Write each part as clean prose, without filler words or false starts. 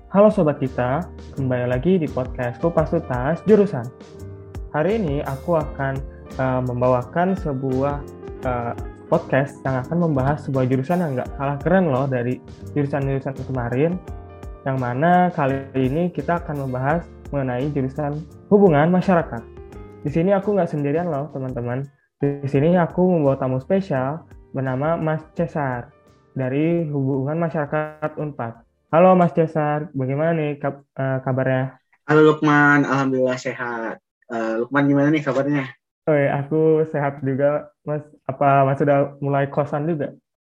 Halo Sobat kita, kembali lagi di podcast Kupas Tuntas Jurusan. Hari ini aku akan membawakan sebuah eh, podcast yang akan membahas sebuah jurusan yang nggak kalah keren loh dari jurusan-jurusan kemarin, yang mana kali ini kita akan membahas mengenai jurusan hubungan masyarakat. Di sini aku nggak sendirian loh teman-teman. Di sini aku membawa tamu spesial bernama Mas Cesar dari Hubungan Masyarakat Unpad. Halo Mas Cesar, bagaimana nih kabarnya? Halo Lukman, Alhamdulillah sehat. Lukman gimana nih kabarnya? Aku sehat juga, Mas. Apa Mas sudah mulai kosan juga?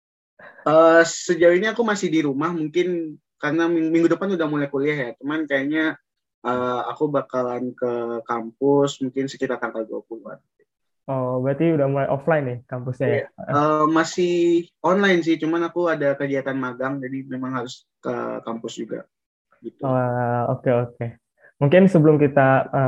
Sejauh ini aku masih di rumah, mungkin karena minggu depan udah mulai kuliah ya. Cuman kayaknya aku bakalan ke kampus mungkin sekitar tanggal 20-an. Oh, berarti udah mulai offline nih kampusnya ya? Iya. Masih online sih, cuman aku ada kegiatan magang, jadi memang harus ke kampus juga gitu. Oke, oke. Mungkin sebelum kita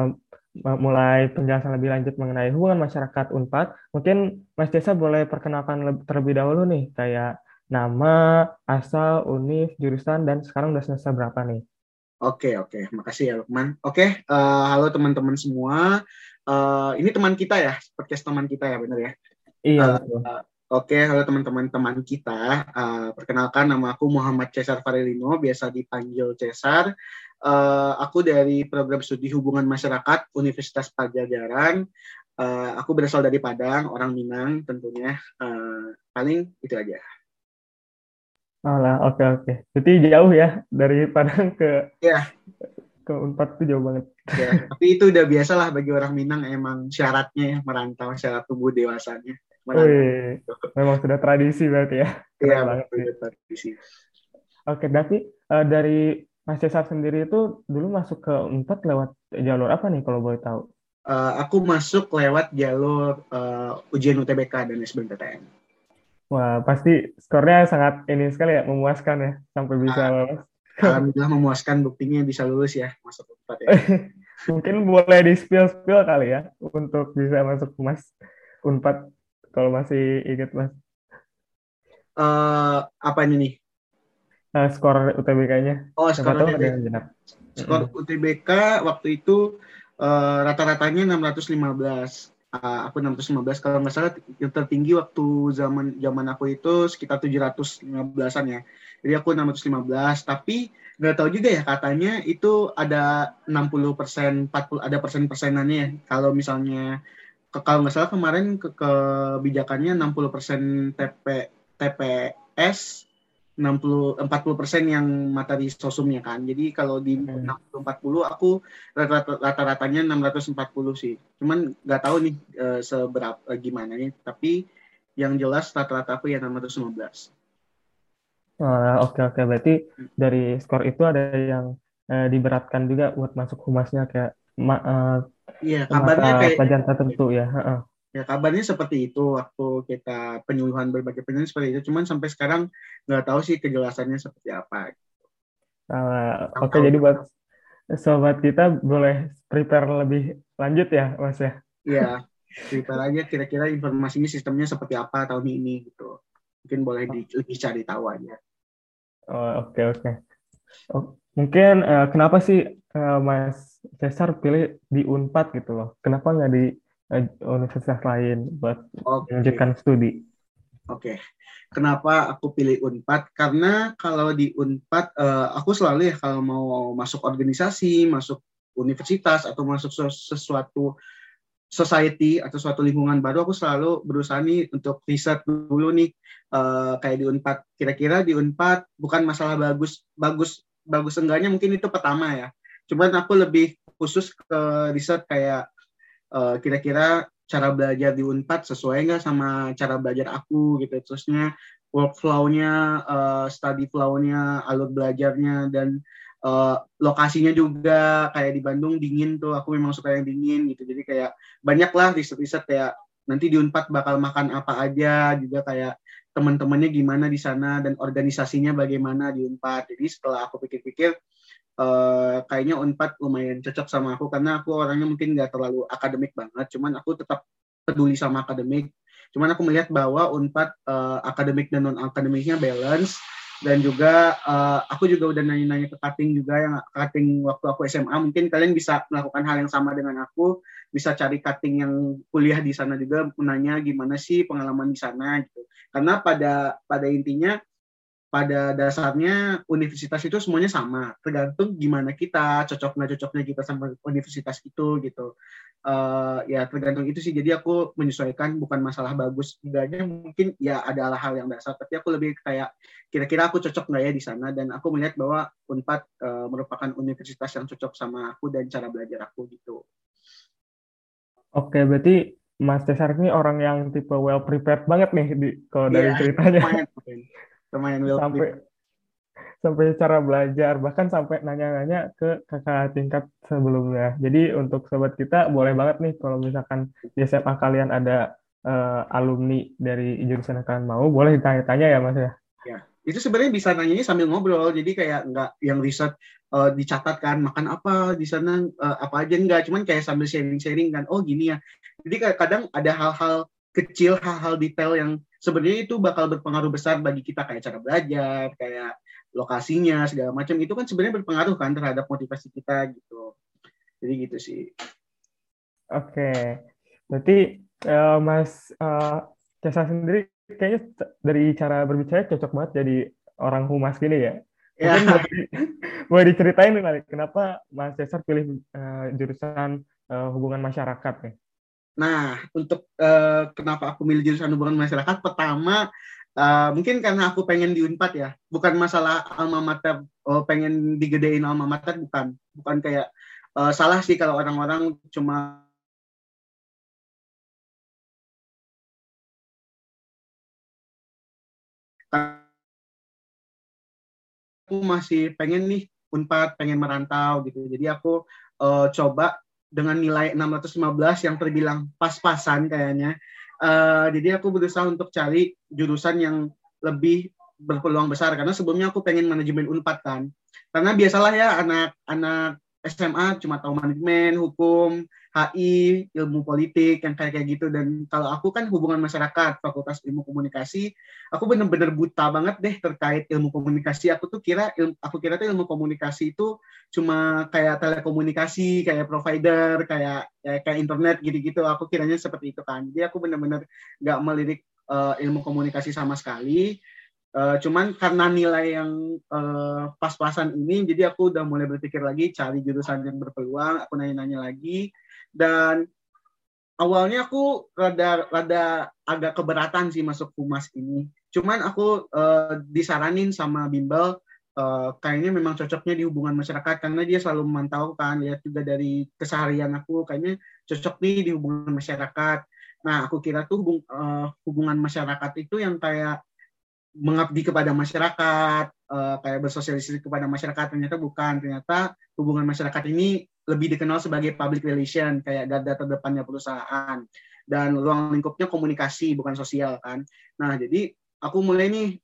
mulai penjelasan lebih lanjut mengenai hubungan masyarakat Unpad, mungkin Mas Cesar boleh perkenalkan terlebih dahulu nih, kayak nama, asal, univ, jurusan, dan sekarang udah semester berapa nih? Oke, oke. Makasih ya, Lukman. Oke, halo teman-teman semua. Ini teman kita ya, podcast teman kita ya, benar ya? Iya, Uh, betul. Oke, halo teman-teman teman kita. Perkenalkan, nama aku Muhammad Cesar Farilino, biasa dipanggil Cesar. Aku dari program studi Hubungan Masyarakat Universitas Padjadjaran. Aku berasal dari Padang, orang Minang tentunya. Paling itu aja. Alah, oke, oke. Jadi jauh ya dari Padang Ya, ke Unpad tuh jauh banget. ya. Tapi itu udah biasa lah bagi orang Minang, emang syaratnya ya, merantau syarat tubuh dewasanya. Merantau. Wih, memang sudah tradisi berarti ya. Iya, Keren banget betul sih. betul tradisi. Oke, berarti dari Mas Cesar sendiri itu dulu masuk ke Unpad lewat jalur apa nih kalau boleh tahu? Aku masuk lewat jalur ujian UTBK dan SBMPTN. Wah, pasti skornya sangat ini sekali ya, memuaskan ya, sampai bisa Uh, lolos. Alhamdulillah memuaskan, buktinya bisa lulus ya masuk Unpad ya. Mungkin boleh di-spill kali ya, untuk bisa masuk Mas Unpad, kalau masih ingat Mas. Apa ini nih? Skor UTBK-nya. Oh, Siapa skor tahu ada UTBK. yang genap. Skor Mm-mm. UTBK waktu itu rata-ratanya 615. Aku 615, kalau nggak salah yang tertinggi waktu zaman zaman aku itu sekitar 715-an ya. Jadi aku 615, tapi nggak tahu juga ya, katanya itu ada 60%, 40, ada persen-persenannya ya. Kalau misalnya kalau nggak salah kemarin kebijakannya 60% TPS, 40% yang materi sosumnya kan. Jadi kalau di Mm. 60-40 aku rata-ratanya 640 sih. Cuman nggak tahu nih seberapa gimana nih. Tapi yang jelas rata-rata aku ya 615. Oke, oke. Berarti dari skor itu ada yang diberatkan juga buat masuk humasnya, kayak Iya, mata kabarnya kayak pelajaran tertentu ya. Heeh. ya kabarnya seperti itu waktu kita penyuluhan berbagai penyuluhan seperti itu. Cuman sampai sekarang nggak tahu sih kejelasannya seperti apa. Yang Oke, tahu jadi buat sobat kita boleh prepare lebih lanjut ya, Mas ya. ya prepare aja kira-kira informasinya sistemnya seperti apa tahun ini gitu. Mungkin boleh lebih cari tahu aja. Oh, oke, oke. Oh, mungkin kenapa sih Mas Cesar pilih di Unpad gitu loh? Kenapa nggak di universitas lain buat Oke, melanjutkan studi? oke. Kenapa aku pilih Unpad? Karena kalau di Unpad, aku selalu ya kalau mau masuk organisasi, masuk universitas, atau masuk sesuatu society atau suatu lingkungan baru, aku selalu berusaha nih untuk riset dulu nih, kayak di Unpad. Kira-kira di Unpad bukan masalah bagus, bagus, bagus enggaknya mungkin itu pertama ya. Cuman aku lebih khusus ke riset kayak kira-kira cara belajar di Unpad sesuai nggak sama cara belajar aku gitu. Terusnya workflow-nya, study flow-nya, alur belajarnya, dan lokasinya juga kayak di Bandung dingin tuh, aku memang suka yang dingin gitu. Jadi kayak banyak lah riset-riset kayak nanti di Unpad bakal makan apa aja, juga kayak teman-temannya gimana di sana dan organisasinya bagaimana di Unpad. Jadi setelah aku pikir-pikir, kayaknya Unpad lumayan cocok sama aku karena aku orangnya mungkin nggak terlalu akademik banget, cuman aku tetap peduli sama akademik. Cuman aku melihat bahwa Unpad akademik dan non akademiknya balance, Dan juga aku juga udah nanya-nanya ke cutting juga, yang cutting waktu aku SMA. Mungkin kalian bisa melakukan hal yang sama dengan aku, bisa cari cutting yang kuliah di sana juga, menanya gimana sih pengalaman di sana gitu. Karena pada intinya, pada dasarnya universitas itu semuanya sama, tergantung gimana kita cocok nggak cocoknya kita sama universitas itu gitu. Ya tergantung itu sih. Jadi aku menyesuaikan, bukan masalah bagus enggaknya, mungkin ya ada hal yang dasar, tapi aku lebih kayak kira-kira aku cocok nggak ya di sana, dan aku melihat bahwa Unpad merupakan universitas yang cocok sama aku dan cara belajar aku gitu. Oke, berarti Mas Cesar ini orang yang tipe well prepared banget nih kalau Iya, dari ceritanya. lumayan lumayan well sampai prepared. sampai cara belajar, bahkan sampai nanya-nanya ke kakak tingkat sebelumnya. Jadi untuk sobat kita boleh banget nih kalau misalkan di SMA kalian ada alumni dari jurusan yang kalian mau, boleh ditanya-tanya ya Mas ya. Ya, itu sebenarnya bisa nanyanya sambil ngobrol. Jadi kayak nggak yang riset dicatat kan, makan apa di sana, apa aja enggak. Cuman kayak sambil sharing-sharing kan, oh gini ya. Jadi kadang ada hal-hal kecil, hal-hal detail yang sebenarnya itu bakal berpengaruh besar bagi kita, kayak cara belajar, kayak lokasinya, segala macam. Itu kan sebenarnya berpengaruh kan terhadap motivasi kita gitu. Jadi gitu sih. Oke, berarti Mas Cesar sendiri kayaknya dari cara berbicara cocok banget jadi orang humas gini ya. Ya, Mungkin boleh diceritain nih, Malik, kenapa Mas Cesar pilih jurusan hubungan masyarakat nih? nah, untuk kenapa aku milih jurusan hubungan masyarakat, pertama mungkin karena aku pengen di Unpad ya, bukan masalah alma mater, pengen digedein alma mater, bukan kayak salah sih kalau orang-orang cuma aku masih pengen nih Unpad, pengen merantau gitu. Jadi aku coba dengan nilai 615 yang terbilang pas-pasan kayaknya. Jadi aku berusaha untuk cari jurusan yang lebih berpeluang besar, karena sebelumnya aku pengen manajemen Unpad kan. Karena biasalah ya anak-anak SMA cuma tahu manajemen, hukum, HI, ilmu politik yang kayak gitu. Dan kalau aku kan hubungan masyarakat, Fakultas Ilmu Komunikasi, aku bener-bener buta banget deh terkait ilmu komunikasi. Aku kira tuh ilmu komunikasi itu cuma kayak telekomunikasi, kayak provider, kayak internet gitu-gitu. Aku kiranya seperti itu kan. Jadi aku bener-bener nggak melirik ilmu komunikasi sama sekali. Cuman karena nilai yang pas-pasan ini, jadi aku udah mulai berpikir lagi cari jurusan yang berpeluang. Aku nanya-nanya lagi, dan awalnya aku rada agak keberatan sih masuk humas ini. Cuman aku disaranin sama bimbel, kayaknya memang cocoknya di hubungan masyarakat, karena dia selalu memantau kan, lihat juga dari keseharian aku, kayaknya cocok nih di hubungan masyarakat. Nah, aku kira tuh hubungan masyarakat itu yang kayak mengabdi kepada masyarakat, kayak bersosialisasi kepada masyarakat. Ternyata bukan. Ternyata hubungan masyarakat ini lebih dikenal sebagai public relation, kayak garda terdepannya perusahaan. Dan ruang lingkupnya komunikasi, bukan sosial kan. Nah, jadi aku mulai nih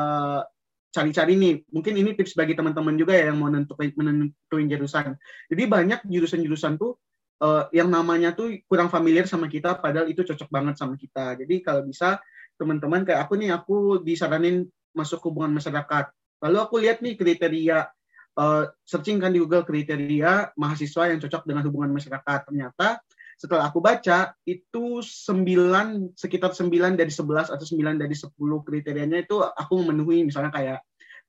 cari-cari nih. Mungkin ini tips bagi teman-teman juga ya yang mau menentuin jurusan. Jadi banyak jurusan-jurusan tuh yang namanya tuh kurang familiar sama kita, padahal itu cocok banget sama kita. Jadi kalau bisa teman-teman kayak aku nih, aku disaranin masuk hubungan masyarakat. Lalu aku lihat nih kriteria, searching kan di Google kriteria mahasiswa yang cocok dengan hubungan masyarakat. Ternyata setelah aku baca itu sekitar 9 dari 11 atau 9 dari 10 kriterianya itu aku memenuhi. Misalnya kayak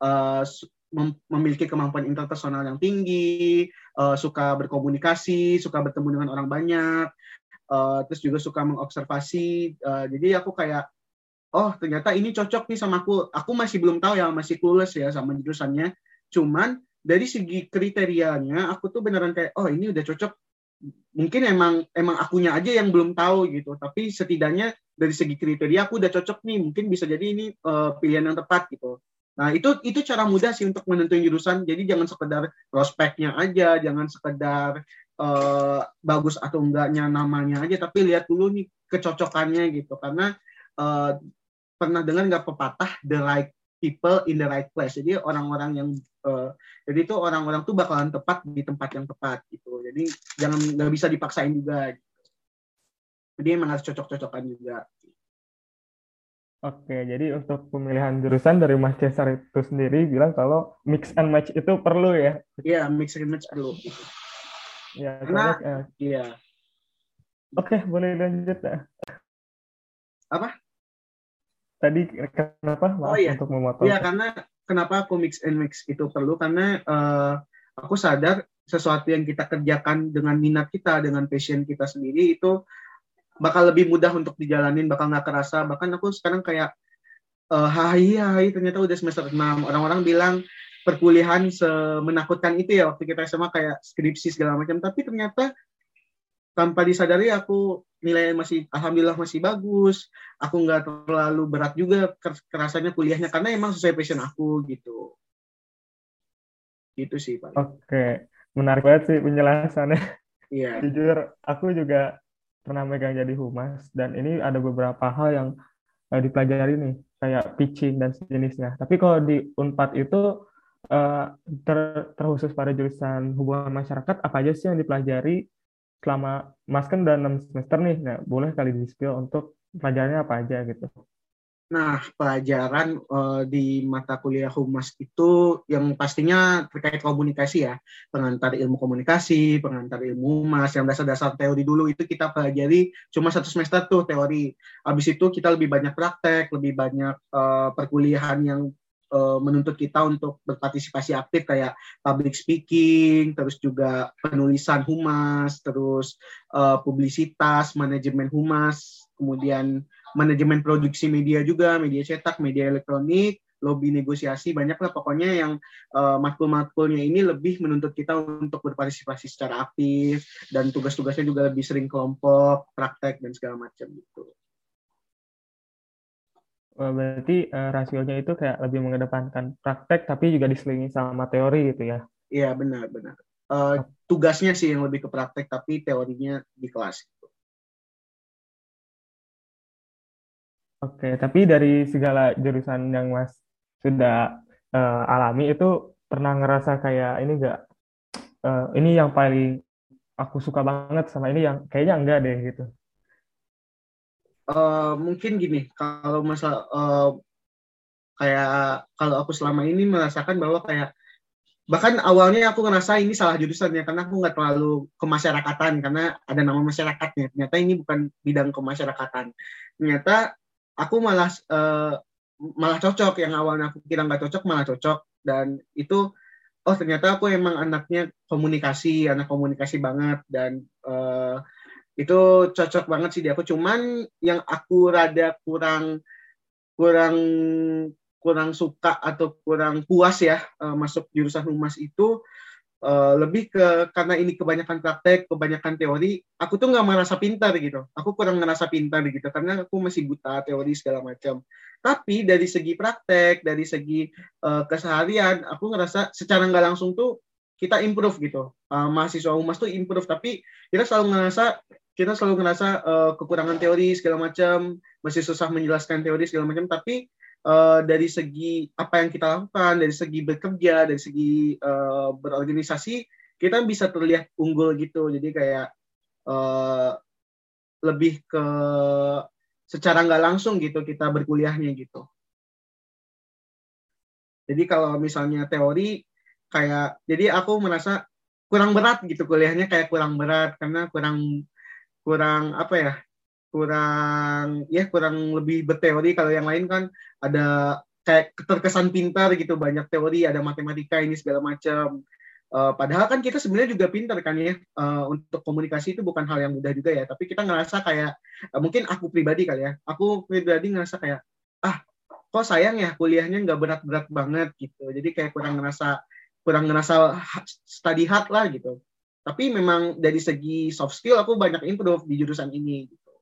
memiliki kemampuan interpersonal yang tinggi, suka berkomunikasi, suka bertemu dengan orang banyak, terus juga suka mengobservasi. Jadi aku kayak, oh ternyata ini cocok nih sama aku. Aku masih belum tahu ya, masih clueless ya sama jurusannya. Cuman dari segi kriterianya aku tuh beneran kayak, oh ini udah cocok. Mungkin emang akunya aja yang belum tahu gitu. Tapi setidaknya dari segi kriteria aku udah cocok nih. Mungkin bisa jadi ini pilihan yang tepat gitu. Nah itu cara mudah sih untuk menentuin jurusan. Jadi jangan sekedar prospeknya aja, jangan sekedar bagus atau enggaknya namanya aja, tapi lihat dulu nih kecocokannya gitu. Karena pernah dengar nggak pepatah the right people in the right place. Jadi orang-orang yang jadi itu orang-orang tuh bakalan tepat di tempat yang tepat gitu. Jadi jangan, nggak bisa dipaksain juga. Jadi emang harus cocok-cocokan juga. Oke, jadi untuk pemilihan jurusan dari Mas Cesar itu sendiri bilang kalau mix and match itu perlu ya. Iya, mix and match perlu. Ya, Karena soalnya iya oke, gitu. boleh lanjut ya. Apa? Tadi kenapa? Oh Maaf iya, untuk memotong. iya karena kenapa aku mix and mix itu perlu karena aku sadar sesuatu yang kita kerjakan dengan minat kita, dengan passion kita sendiri itu bakal lebih mudah untuk dijalanin, bakal nggak kerasa. Bahkan aku sekarang kayak hai hai ternyata udah semester 6. Orang-orang bilang perkuliahan semenakutkan itu ya waktu kita SMA kayak skripsi segala macam, tapi ternyata tanpa disadari aku nilai masih alhamdulillah masih bagus, aku nggak terlalu berat juga kerasanya kuliahnya karena emang sesuai passion aku gitu gitu sih paling. Oke, menarik banget sih penjelasannya. Iya. Jujur, aku juga pernah megang jadi humas dan ini ada beberapa hal yang dipelajari nih, kayak pitching dan sejenisnya. Tapi kalau di Unpad itu eh, terkhusus pada jurusan hubungan masyarakat, apa aja sih yang dipelajari selama Mas kan udah 6 semester nih? Nah, boleh kali di-spill untuk pelajarannya apa aja gitu. Nah, pelajaran di mata kuliah humas itu yang pastinya terkait komunikasi ya, pengantar ilmu komunikasi, pengantar ilmu humas, yang dasar-dasar teori dulu itu kita pelajari cuma 1 semester tuh teori. Habis itu kita lebih banyak praktek, lebih banyak perkuliahan yang menuntut kita untuk berpartisipasi aktif kayak public speaking, terus juga penulisan humas, terus publisitas, manajemen humas, kemudian manajemen produksi media juga, media cetak, media elektronik, lobby negosiasi, banyak lah pokoknya yang matkul-matkulnya ini lebih menuntut kita untuk berpartisipasi secara aktif dan tugas-tugasnya juga lebih sering kelompok, praktek dan segala macam gitu. Berarti rasionya itu kayak lebih mengedepankan praktek tapi juga diselingi sama teori gitu ya. Iya benar-benar. Tugasnya sih yang lebih ke praktek tapi teorinya di kelas. Oke, tapi dari segala jurusan yang Mas sudah alami itu pernah ngerasa kayak ini enggak, ini yang paling aku suka banget sama ini yang kayaknya enggak deh gitu. Mungkin gini, kalau masalah kayak kalau aku selama ini merasakan bahwa kayak bahkan awalnya aku ngerasa ini salah jurusannya karena aku nggak terlalu kemasyarakatan karena ada nama masyarakatnya. Ternyata ini bukan bidang kemasyarakatan. Ternyata aku malah cocok, yang awalnya aku kira nggak cocok malah cocok, dan itu oh ternyata aku emang anaknya komunikasi, anak komunikasi banget, dan itu cocok banget sih di aku. Cuman yang aku rada kurang kurang kurang suka atau kurang puas ya masuk jurusan humas itu lebih ke karena ini kebanyakan praktek, kebanyakan teori, aku tuh nggak merasa pintar gitu. Aku kurang merasa pintar gitu karena aku masih buta teori segala macam. Tapi dari segi praktek, dari segi keseharian, aku ngerasa secara nggak langsung tuh kita improve gitu. Mahasiswa humas tuh improve, tapi kita selalu ngerasa kekurangan teori segala macam, masih susah menjelaskan teori segala macam. Tapi dari segi apa yang kita lakukan, dari segi bekerja, dari segi berorganisasi, kita bisa terlihat unggul gitu. Jadi kayak uh, lebih ke secara nggak langsung gitu kita berkuliahnya gitu. Jadi kalau misalnya teori kayak, jadi aku merasa kurang berat gitu kuliahnya, kayak kurang berat karena kurang kurang apa ya, kurang lebih berteori. Kalau yang lain kan ada kayak terkesan pintar gitu, banyak teori, ada matematika ini segala macam. Padahal kan kita sebenarnya juga pintar kan ya, untuk komunikasi itu bukan hal yang mudah juga ya, tapi kita ngerasa kayak mungkin aku pribadi kali ya, aku pribadi ngerasa kayak kok sayang ya kuliahnya nggak berat-berat banget gitu, jadi kayak kurang ngerasa study hard lah gitu. Tapi memang dari segi soft skill aku banyak improve di jurusan ini gitu.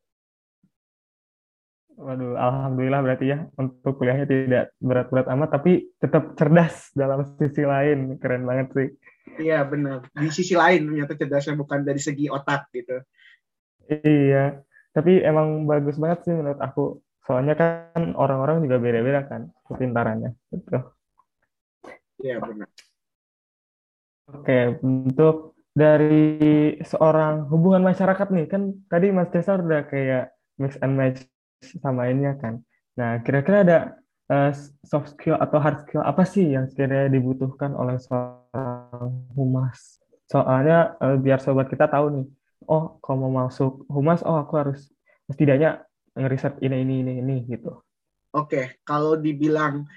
Waduh, alhamdulillah berarti ya untuk kuliahnya tidak berat-berat amat tapi tetap cerdas dalam sisi lain. Keren banget sih. Iya benar. Di sisi lain ternyata cerdasnya bukan dari segi otak gitu. Iya, tapi emang bagus banget sih menurut aku. Soalnya kan orang-orang juga beda-beda kan kepintarannya. Gitu. Iya benar. Oke, untuk dari seorang hubungan masyarakat nih, kan tadi Mas Cesar udah kayak mix and match sama ininya kan. Nah, kira-kira ada soft skill atau hard skill apa sih yang sekiranya dibutuhkan oleh seorang humas? Soalnya biar sobat kita tahu nih, oh kalau mau masuk humas, oh aku harus setidaknya ngeriset ini gitu. Oke, kalau dibilang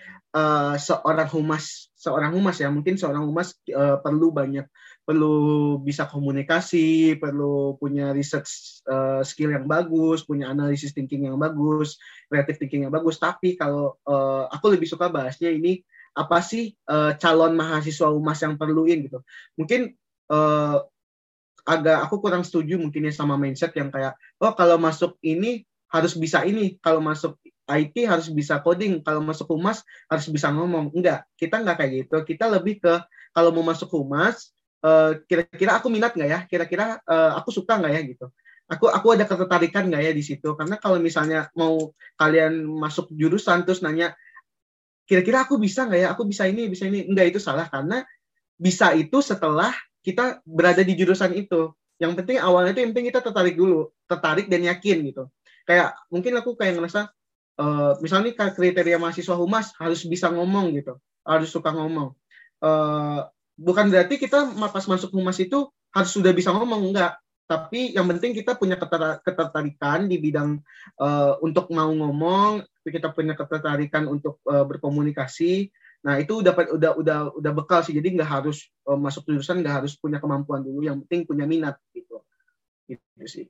seorang humas ya, mungkin seorang humas perlu bisa komunikasi, perlu punya research skill yang bagus, punya analisis thinking yang bagus, creative thinking yang bagus. Tapi kalau aku lebih suka bahasnya ini apa sih calon mahasiswa humas yang perluin gitu. Mungkin uh, aku kurang setuju mungkin ya sama mindset yang kayak oh kalau masuk ini harus bisa ini, kalau masuk IT harus bisa coding, kalau masuk humas harus bisa ngomong. Enggak, kita enggak kayak gitu. Kita lebih ke kalau mau masuk humas, kira-kira aku minat nggak ya? Kira-kira aku suka nggak ya gitu. Aku ada ketertarikan nggak ya di situ? Karena kalau misalnya mau kalian masuk jurusan terus nanya, kira-kira aku bisa nggak ya? Aku bisa ini. Enggak, itu salah karena bisa itu setelah kita berada di jurusan itu. Yang penting awalnya itu yang penting kita tertarik dulu, tertarik dan yakin gitu. Kayak mungkin aku kayak ngerasa misalnya kriteria mahasiswa humas harus bisa ngomong gitu, harus suka ngomong. Bukan berarti kita pas masuk humas itu harus sudah bisa ngomong, enggak. Tapi yang penting kita punya ketertarikan di bidang untuk mau ngomong, kita punya ketertarikan untuk berkomunikasi. Nah itu udah bekal sih. Jadi nggak harus masuk jurusan nggak harus punya kemampuan dulu. Yang penting punya minat gitu. Gitu sih.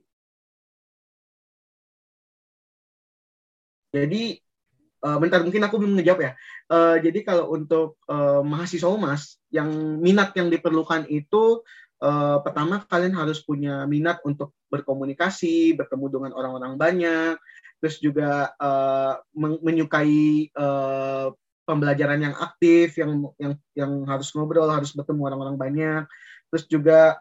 Jadi bentar mungkin aku belum ngejawab ya. Jadi kalau untuk mahasiswa humas yang minat yang diperlukan itu pertama kalian harus punya minat untuk berkomunikasi, bertemu dengan orang-orang banyak, terus juga menyukai pembelajaran yang aktif, yang harus ngobrol, harus bertemu orang-orang banyak, terus juga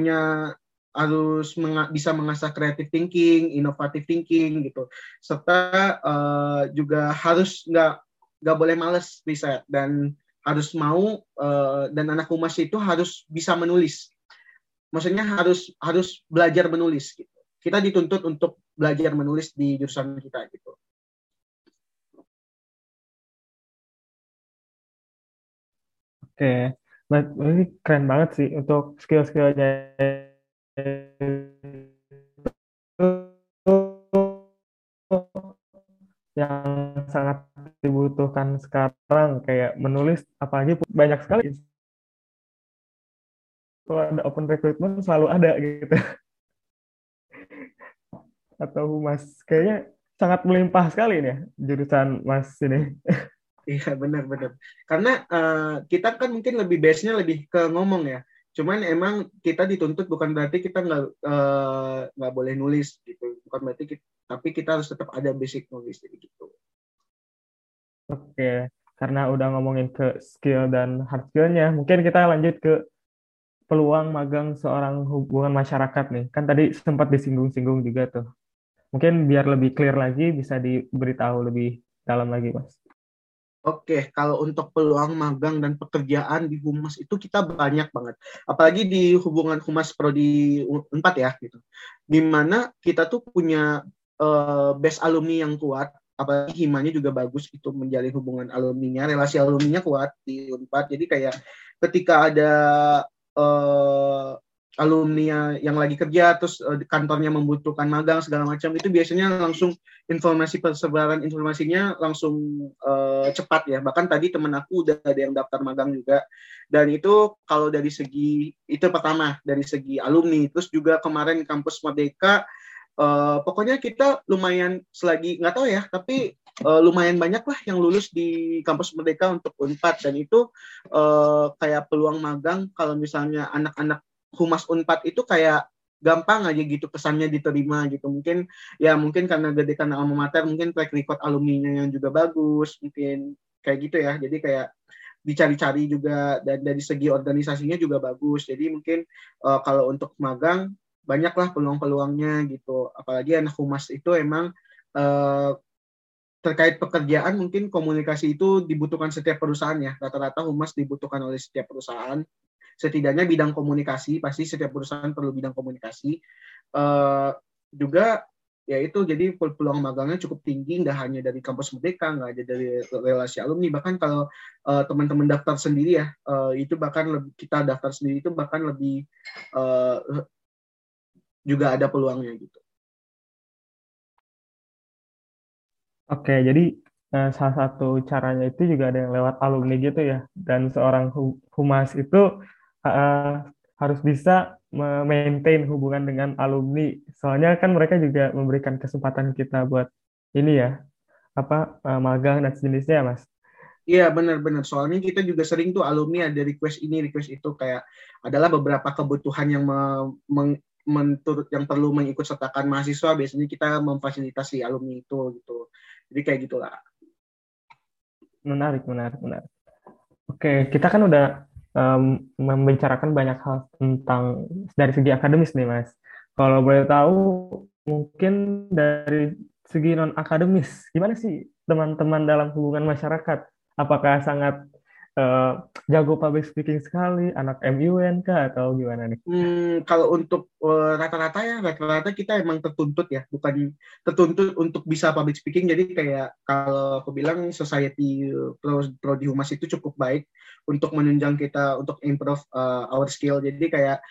bisa mengasah creative thinking, innovative thinking gitu, serta juga harus nggak boleh males riset dan harus mau dan anak humas itu harus bisa menulis, maksudnya harus belajar menulis gitu. Kita dituntut untuk belajar menulis di jurusan kita gitu. Oke, ini keren banget sih untuk skill-skillnya yang sangat dibutuhkan sekarang kayak menulis apalagi banyak sekali kalau ada open recruitment selalu ada gitu atau humas kayaknya sangat melimpah sekali nih ya jurusan mas ini. Iya benar-benar. Karena kita kan mungkin lebih base-nya lebih ke ngomong ya. Cuman emang kita dituntut bukan berarti kita nggak boleh nulis gitu. Bukan berarti tapi kita harus tetap ada basic nulis jadi gitu. Oke, karena udah ngomongin ke skill dan hard skillnya, mungkin kita lanjut ke peluang magang seorang hubungan masyarakat nih. Kan tadi sempat disinggung-singgung juga tuh. Mungkin biar lebih clear lagi bisa diberitahu lebih dalam lagi, Mas. Oke, kalau untuk peluang magang dan pekerjaan di humas itu kita banyak banget. Apalagi di hubungan humas prodi 4 ya gitu. Dimana kita tuh punya base alumni yang kuat, apalagi himanya juga bagus itu menjalin hubungan alumninya, relasi alumninya kuat di Unpad. Jadi kayak ketika ada uh, alumni yang lagi kerja terus kantornya membutuhkan magang segala macam itu biasanya langsung persebaran informasinya langsung cepat ya. Bahkan tadi teman aku udah ada yang daftar magang juga. Dan itu kalau dari segi itu pertama dari segi alumni, terus juga kemarin kampus Merdeka pokoknya kita lumayan selagi nggak tahu ya, tapi lumayan banyak lah yang lulus di kampus Merdeka untuk Unpad dan itu kayak peluang magang kalau misalnya anak-anak humas Unpad itu kayak gampang aja gitu kesannya diterima gitu. Mungkin karena gede karena alma mater, mungkin track record alumninya yang juga bagus, mungkin kayak gitu ya. Jadi kayak dicari-cari juga dan dari segi organisasinya juga bagus. Jadi mungkin kalau untuk magang banyaklah peluang-peluangnya gitu. Apalagi anak humas itu emang terkait pekerjaan mungkin komunikasi itu dibutuhkan setiap perusahaan ya. Rata-rata humas dibutuhkan oleh setiap perusahaan. Setidaknya bidang komunikasi, pasti setiap perusahaan perlu bidang komunikasi. Juga ya itu jadi peluang magangnya cukup tinggi, nggak hanya dari kampus Merdeka, nggak aja dari relasi alumni, bahkan kalau teman-teman daftar sendiri ya, itu bahkan kita daftar sendiri itu bahkan lebih juga ada peluangnya gitu. Oke, jadi salah satu caranya itu juga ada yang lewat alumni gitu ya. Dan seorang humas itu eh, harus bisa maintain hubungan dengan alumni. Soalnya kan mereka juga memberikan kesempatan kita buat ini ya, apa magang dan sejenisnya ya, Mas. Iya benar-benar, soalnya kita juga sering tuh alumni ada request ini request itu, kayak adalah beberapa kebutuhan yang yang perlu mengikut sertakan mahasiswa, biasanya kita memfasilitasi alumni itu gitu. Jadi kayak gitulah. Menarik, menarik, menarik. Oke, kita kan udah membicarakan banyak hal tentang dari segi akademis nih, Mas. Kalau boleh tahu, mungkin dari segi non-akademis, gimana sih teman-teman dalam hubungan masyarakat? Apakah sangat eh, jago public speaking sekali, anak MUN kah, atau gimana nih? Kalau untuk rata-rata kita emang tertuntut ya, bukan tertuntut untuk bisa public speaking. Jadi kayak kalau aku bilang society pro di Humas itu cukup baik untuk menunjang kita untuk improve our skill. Jadi kayak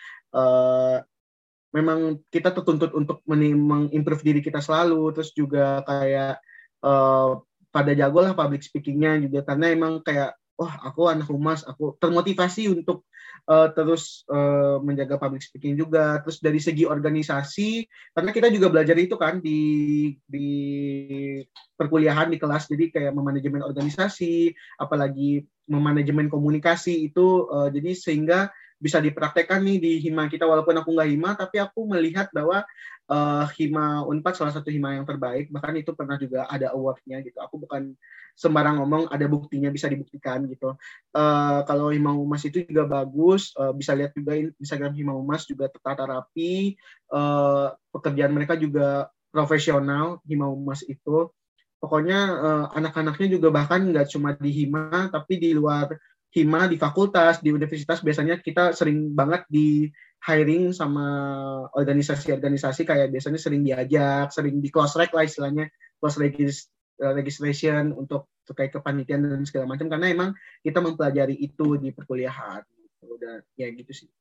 memang kita tertuntut untuk mengimprove diri kita selalu, terus juga kayak pada jago lah public speakingnya juga, karena emang kayak wah aku anak humas, aku termotivasi untuk terus menjaga public speaking juga. Terus dari segi organisasi, karena kita juga belajar itu kan di perkuliahan di kelas, jadi kayak memanajemen organisasi, apalagi memanajemen komunikasi itu, jadi sehingga bisa dipraktekkan nih di hima kita. Walaupun aku nggak hima, tapi aku melihat bahwa hima Unpad salah satu hima yang terbaik, bahkan itu pernah juga ada award-nya gitu. Aku bukan sembarang ngomong, ada buktinya, bisa dibuktikan gitu. Kalau hima Humas itu juga bagus, bisa lihat juga Instagram hima Humas juga tertata rapi, pekerjaan mereka juga profesional hima Humas itu. Pokoknya anak-anaknya juga bahkan nggak cuma di hima, tapi di luar hima, di fakultas, di universitas, biasanya kita sering banget di hiring sama organisasi-organisasi, kayak biasanya sering diajak, sering di close rec lah istilahnya, close registration untuk terkait kepanitiaan dan segala macam, karena emang kita mempelajari itu di perkuliahan. Udah ya gitu sih.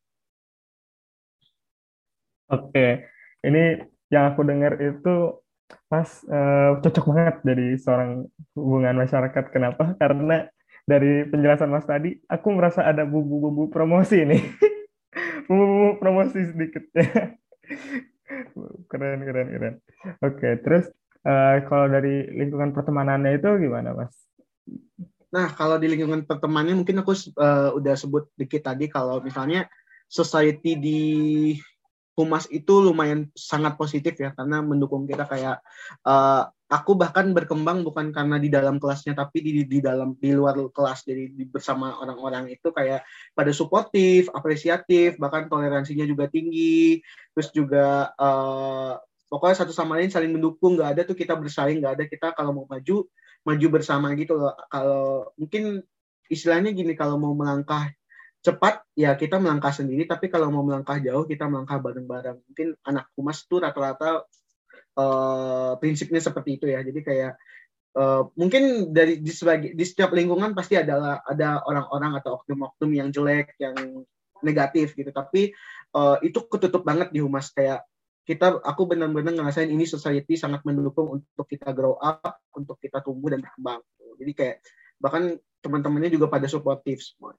Oke, ini yang aku dengar itu Mas cocok banget jadi seorang hubungan masyarakat. Kenapa? Karena dari penjelasan Mas tadi, aku merasa ada bumbu-bumbu promosi nih. Bumbu-bumbu promosi sedikit ya. Keren, keren, keren. Oke, terus kalau dari lingkungan pertemanannya itu gimana, Mas? Nah, kalau di lingkungan pertemanan mungkin aku udah sebut dikit tadi, kalau misalnya society di Humas itu lumayan sangat positif ya, karena mendukung kita. Kayak aku bahkan berkembang bukan karena di dalam kelasnya, tapi di luar kelas. Jadi bersama orang-orang itu kayak pada suportif, apresiatif, bahkan toleransinya juga tinggi. Terus juga pokoknya satu sama lain saling mendukung. Nggak ada tuh kita bersaing, nggak ada kita kalau mau maju bersama gitu loh. Kalau mungkin istilahnya gini, kalau mau melangkah cepat ya kita melangkah sendiri, tapi kalau mau melangkah jauh kita melangkah bareng-bareng. Mungkin anak humas tuh rata-rata prinsipnya seperti itu ya. Jadi kayak mungkin di setiap lingkungan pasti ada orang-orang atau oknum-oknum yang jelek, yang negatif gitu, tapi itu ketutup banget di humas. Kayak aku benar-benar ngerasain ini society sangat mendukung untuk kita grow up, untuk kita tumbuh dan berkembang. Jadi kayak bahkan teman-temannya juga pada suportif semua.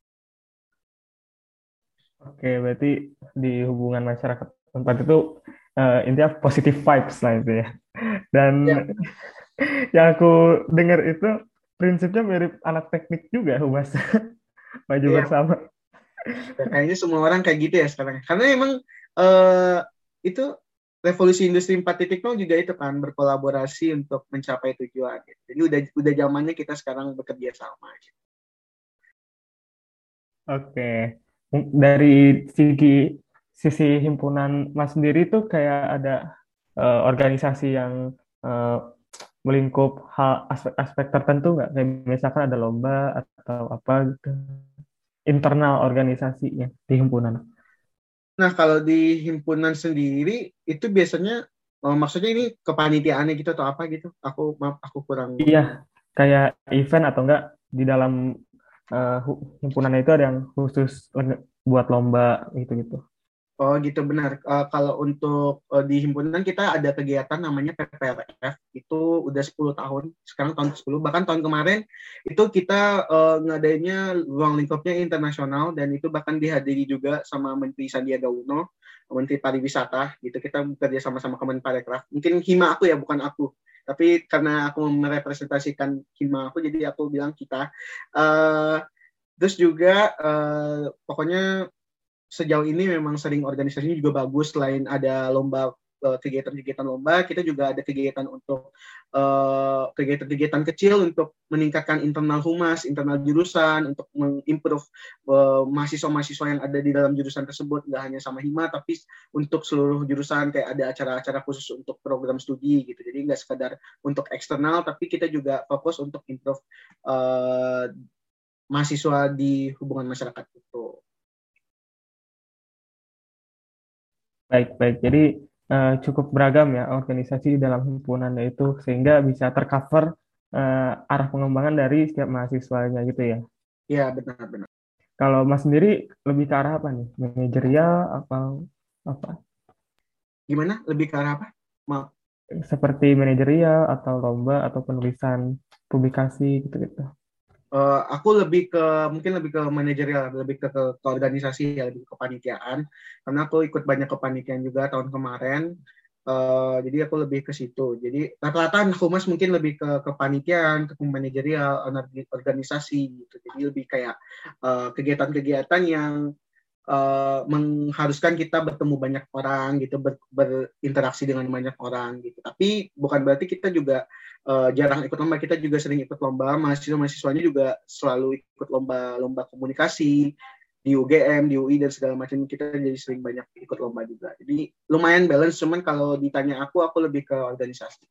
Oke, berarti di hubungan masyarakat tempat itu intinya positive vibes lah itu ya. Dan Ya, yang aku dengar itu prinsipnya mirip anak teknik juga, Humas. Maju iya. bersama. Ya, kayaknya semua orang kayak gitu ya sekarang. Karena emang eh, itu revolusi industri 4.0 juga itu kan berkolaborasi untuk mencapai tujuan. Gitu. Jadi udah zamannya kita sekarang bekerja sama. Gitu. Oke. Dari segi sisi himpunan Mas sendiri tuh kayak ada organisasi yang eh, melingkup hal aspek-aspek tertentu nggak? Kayak misalkan ada lomba atau apa gitu. Internal organisasinya di himpunan. Nah, kalau di himpunan sendiri itu biasanya Maksudnya ini kepanitiaannya gitu atau apa gitu? Maaf, aku kurang. Iya, kayak event atau enggak di dalam himpunannya itu ada yang khusus buat lomba gitu-gitu. Oh gitu benar. Kalau untuk di himpunan kita ada kegiatan namanya PPRF itu udah 10 tahun. Sekarang tahun ke-10. Bahkan tahun kemarin itu kita ngadainnya ruang lingkupnya internasional dan itu bahkan dihadiri juga sama Menteri Sandiaga Uno, Menteri Pariwisata gitu. Kita bekerja sama-sama Kemenparekraf. Mungkin hima aku ya, bukan aku. Tapi karena aku merepresentasikan hima aku jadi aku bilang kita. Uh, Terus juga pokoknya sejauh ini memang sering organisasinya juga bagus. Selain ada lomba kegiatan-kegiatan lomba, kita juga ada kegiatan untuk kegiatan-kegiatan kecil untuk meningkatkan internal humas, internal jurusan, untuk mengimprove mahasiswa-mahasiswa yang ada di dalam jurusan tersebut, nggak hanya sama hima, tapi untuk seluruh jurusan kayak ada acara-acara khusus untuk program studi gitu. Jadi nggak sekedar untuk eksternal, tapi kita juga fokus untuk improve mahasiswa di hubungan masyarakat itu. Baik, baik. Jadi cukup beragam ya organisasi di dalam himpunannya itu sehingga bisa tercover arah pengembangan dari setiap mahasiswanya gitu ya. Ya, benar-benar. Kalau Mas sendiri lebih ke arah apa nih? Manajerial atau apa? Gimana? Lebih ke arah apa? Maaf. Seperti manajerial atau lomba atau penulisan publikasi gitu-gitu. Aku lebih ke mungkin lebih ke manajerial, lebih ke organisasi ya, lebih ke kepanitiaan. Karena aku ikut banyak kepanitiaan juga tahun kemarin. Jadi aku lebih ke situ. Jadi rata-rata humas mungkin lebih ke kepanitiaan, ke manajerial, organisasi gitu. Jadi lebih kayak kegiatan-kegiatan yang mengharuskan kita bertemu banyak orang gitu, berinteraksi dengan banyak orang gitu. Tapi bukan berarti kita juga jarang ikut lomba, kita juga sering ikut lomba. Mahasiswanya juga selalu ikut lomba komunikasi di UGM, di UI dan segala macam, kita jadi sering banyak ikut lomba juga. Jadi lumayan balance, cuman kalau ditanya aku lebih ke organisasi.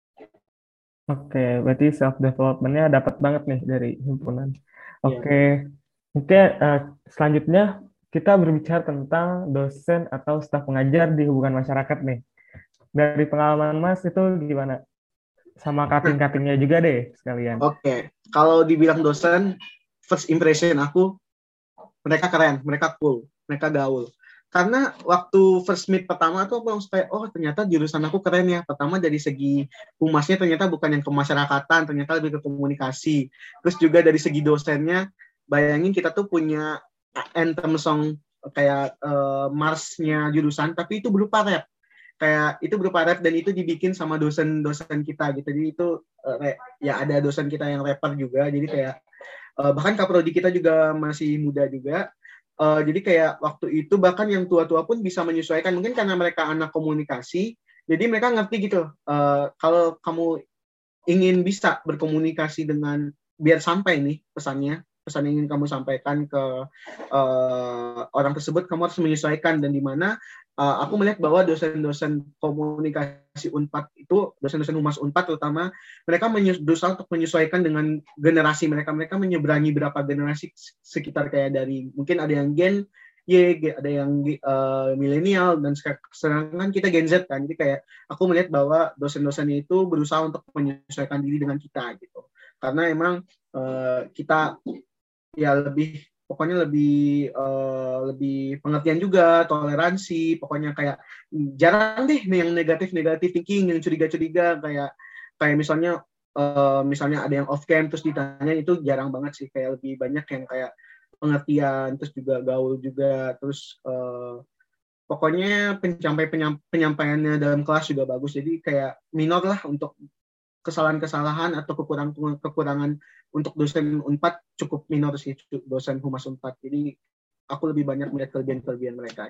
Oke, berarti self development-nya dapat banget nih dari himpunan. Iya. Oke, mungkin selanjutnya kita berbicara tentang dosen atau staf pengajar di hubungan masyarakat nih. Dari pengalaman Mas itu gimana? Sama Nah, cutting-cuttingnya juga deh sekalian. oke. Kalau dibilang dosen, first impression aku, mereka keren, mereka cool, mereka gaul. Karena waktu first meet pertama tuh aku langsung kayak, oh ternyata jurusan aku keren ya. Pertama dari segi humasnya ternyata bukan yang kemasyarakatan, ternyata lebih ke komunikasi. Terus juga dari segi dosennya, bayangin kita tuh punya anthem song kayak marsnya jurusan, tapi itu berupa rap. Kayak itu berupa rap dan itu dibikin sama dosen-dosen kita gitu. Jadi itu ya ada dosen kita yang rapper juga. Jadi kayak bahkan kaprodi kita juga masih muda juga. Jadi kayak waktu itu bahkan yang tua-tua pun bisa menyesuaikan, mungkin karena mereka anak komunikasi, jadi mereka ngerti gitu. Kalau kamu ingin bisa berkomunikasi dengan biar sampai nih pesan yang ingin kamu sampaikan ke orang tersebut, kamu harus menyesuaikan. Dan di mana aku melihat bahwa dosen-dosen komunikasi Unpad itu, dosen-dosen humas Unpad terutama, mereka berusaha untuk menyesuaikan dengan generasi mereka. Mereka menyeberangi berapa generasi, sekitar kayak dari mungkin ada yang Gen Y, ada yang milenial, dan sedangkan kita Gen Z kan. Jadi kayak aku melihat bahwa dosen-dosen itu berusaha untuk menyesuaikan diri dengan kita gitu. Karena emang kita ya pokoknya lebih pengertian juga, toleransi, pokoknya kayak jarang deh yang negatif thinking, yang curiga kayak misalnya ada yang off cam terus ditanya, itu jarang banget sih. Kayak lebih banyak yang kayak pengertian, terus juga gaul juga, terus pokoknya penyampaiannya dalam kelas juga bagus. Jadi kayak minor lah untuk kesalahan-kesalahan atau kekurangan untuk dosen Unpad, cukup minor sih dosen Humas Unpad. Jadi aku lebih banyak melihat kelebihan-kelebihan mereka.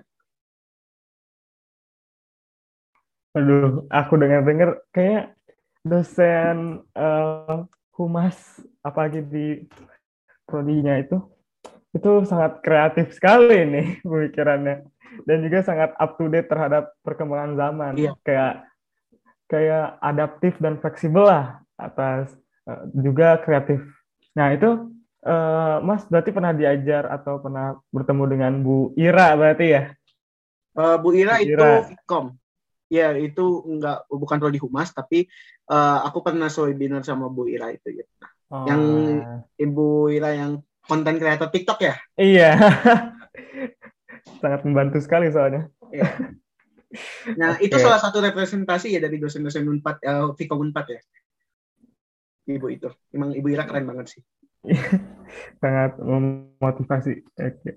Aduh, aku dengar-dengar kayak dosen humas apalagi di prodinya itu sangat kreatif sekali nih pemikirannya dan juga sangat up to date terhadap perkembangan zaman. Iya. Kayak adaptif dan fleksibel lah atas juga kreatif. Nah itu Mas berarti pernah diajar atau pernah bertemu dengan Bu Ira berarti ya? Bu Ira Bu itu Ira. Vkom. ya itu bukan prodi humas, tapi aku pernah webinar sama Bu Ira itu gitu. Yang Oh, Ibu Ira yang konten kreator TikTok ya? iya, sangat membantu sekali soalnya. Iya. Nah, itu Oke, salah satu representasi ya dari dosen-dosen Unpad, Vkom Unpad ya, Ibu itu. Emang Ibu Ira keren banget sih. sangat memotivasi. Oke.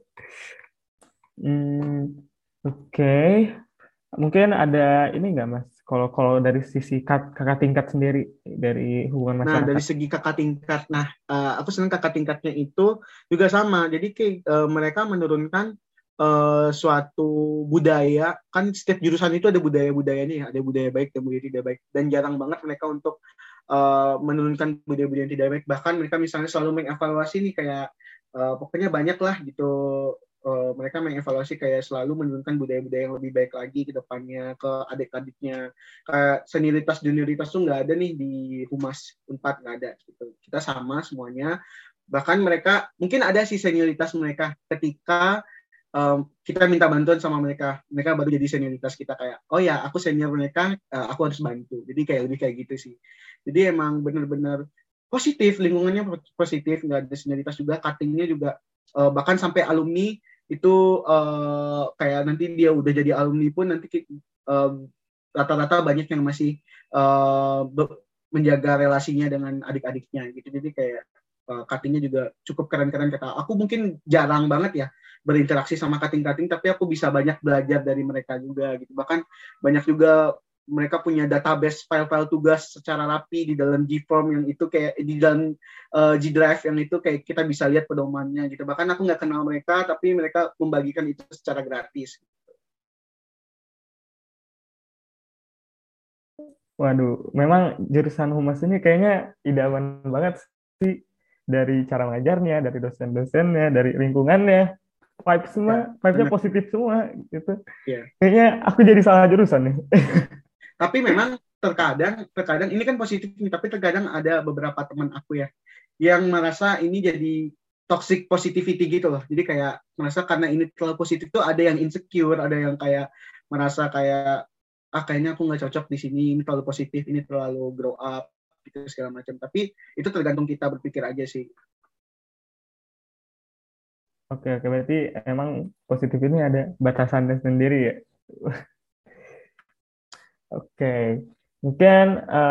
Hmm, oke. Mungkin ada ini nggak Mas? Kalau kalau dari sisi kakak tingkat sendiri dari hubungan Nah, dari masyarakat. segi kakak tingkat, aku senang kakak tingkatnya itu juga sama. Jadi kayak mereka menurunkan suatu budaya, kan setiap jurusan itu ada budaya-budayanya, ada budaya baik dan budaya tidak baik. Dan jarang banget mereka untuk menurunkan budaya-budaya yang tidak baik. Bahkan mereka misalnya selalu mengevaluasi nih kayak pokoknya banyak lah gitu. Mereka mengevaluasi kayak selalu menurunkan budaya-budaya yang lebih baik lagi ke depannya ke adik-adiknya. Kayak senioritas junioritas tuh nggak ada nih di humas Unpad, nggak ada gitu. Kita sama semuanya. Bahkan mereka mungkin ada sih senioritas mereka ketika kita minta bantuan sama mereka baru jadi senioritas kita kayak oh ya aku senior mereka, aku harus bantu, jadi kayak lebih kayak gitu sih. Jadi emang benar-benar positif, lingkungannya positif, nggak ada senioritas juga, cuttingnya juga bahkan sampai alumni itu kayak nanti dia udah jadi alumni pun nanti rata-rata banyak yang masih menjaga relasinya dengan adik-adiknya gitu. Jadi kayak cuttingnya juga cukup keren-keren kata aku. Mungkin jarang banget ya berinteraksi sama cutting-cutting, tapi aku bisa banyak belajar dari mereka juga gitu. Bahkan banyak juga mereka punya database file-file tugas secara rapi di dalam Gform yang itu kayak di dalam G Drive yang itu kayak kita bisa lihat pedomannya gitu. Bahkan aku nggak kenal mereka, tapi mereka membagikan itu secara gratis. Waduh, memang jurusan humas ini kayaknya idaman banget sih dari cara ngajarnya, dari dosen-dosennya, dari lingkungannya. Vibe semua, Ya, vibe-nya benar. positif semua gitu. Ya. Kayaknya aku jadi salah jurusan nih. Tapi memang terkadang ini kan positif nih, tapi terkadang ada beberapa teman aku ya yang merasa ini jadi toxic positivity gitu loh. Jadi kayak merasa karena ini terlalu positif tuh ada yang insecure, ada yang kayak merasa kayak kayaknya aku nggak cocok di sini, ini terlalu positif, ini terlalu grow up gitu segala macam. Tapi itu tergantung kita berpikir aja sih. Oke, oke, berarti emang positif ini ada batasannya sendiri ya. Oke, mungkin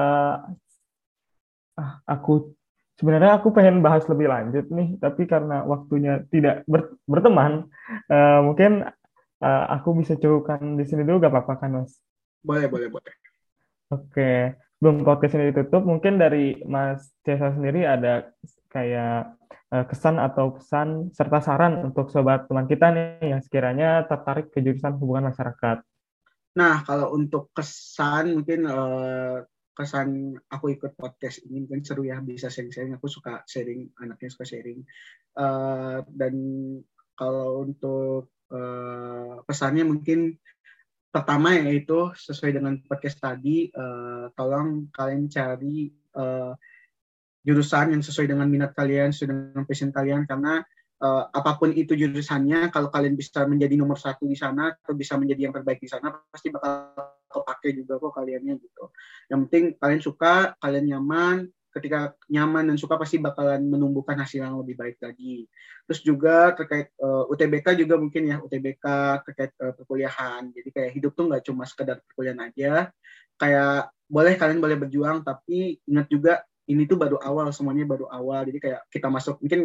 aku sebenarnya aku pengen bahas lebih lanjut nih, tapi karena waktunya tidak berteman, mungkin aku bisa cukupkan di sini dulu gak apa-apa kan, Mas? Boleh, boleh, boleh. Oke, belum podcast ini ditutup, mungkin dari Mas Cesa sendiri ada kayak kesan atau pesan serta saran untuk sobat teman kita nih yang sekiranya tertarik ke jurusan hubungan masyarakat. Nah, kalau untuk kesan mungkin kesan aku ikut podcast ini mungkin seru ya, bisa sharing-sharing. Aku suka sharing, anaknya suka sharing. Dan kalau untuk pesannya mungkin pertama yaitu sesuai dengan podcast tadi, tolong kalian cari jurusan yang sesuai dengan minat kalian, sesuai dengan passion kalian, karena apapun itu jurusannya, kalau kalian bisa menjadi nomor satu di sana atau bisa menjadi yang terbaik di sana, pasti bakal kepake juga kok kaliannya gitu. Yang penting kalian suka, kalian nyaman. Ketika nyaman dan suka pasti bakalan menumbuhkan hasil yang lebih baik lagi. Terus juga terkait UTBK juga mungkin ya, UTBK terkait perkuliahan. Jadi kayak hidup tuh nggak cuma sekedar perkuliahan aja. Kayak kalian boleh berjuang, tapi ingat juga ini tuh baru awal, semuanya baru awal. Jadi kayak kita masuk, mungkin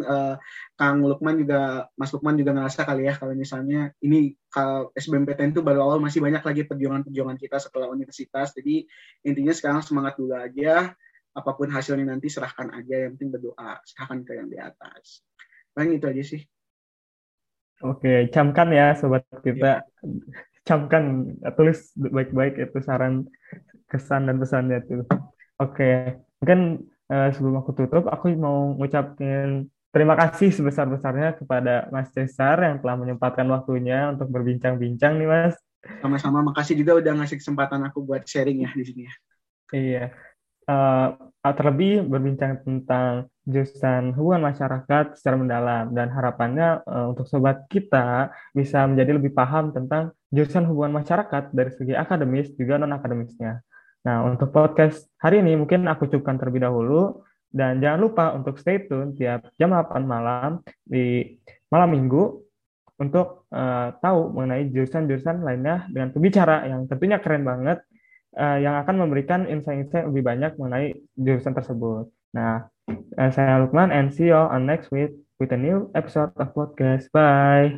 Mas Lukman juga ngerasa kali ya, kalau misalnya ini kalau SBMPTN itu baru awal, masih banyak lagi perjuangan-perjuangan kita setelah universitas. Jadi intinya sekarang semangat dulu aja, apapun hasilnya nanti serahkan aja, yang penting berdoa, serahkan ke yang di atas. Paling itu aja sih. Oke, camkan ya sobat kita, Ya, camkan, tulis baik-baik itu saran, kesan dan pesannya itu. Oke, mungkin sebelum aku tutup, aku mau ngucapin terima kasih sebesar-besarnya kepada Mas Cesar yang telah menyempatkan waktunya untuk berbincang-bincang nih Mas. sama-sama. Makasih juga udah ngasih kesempatan aku buat sharing ya di sini ya. Iya. eh, terlebih berbincang tentang jurusan hubungan masyarakat secara mendalam dan harapannya untuk sobat kita bisa menjadi lebih paham tentang jurusan hubungan masyarakat dari segi akademis juga non akademisnya. Nah, untuk podcast hari ini mungkin aku cukupkan terlebih dahulu dan jangan lupa untuk stay tune tiap jam 8 malam di malam minggu untuk tahu mengenai jurusan-jurusan lainnya dengan pembicara yang tentunya keren banget yang akan memberikan insight-insight lebih banyak mengenai jurusan tersebut. Nah, saya Lukman and see you on next week with a new episode of podcast. Bye.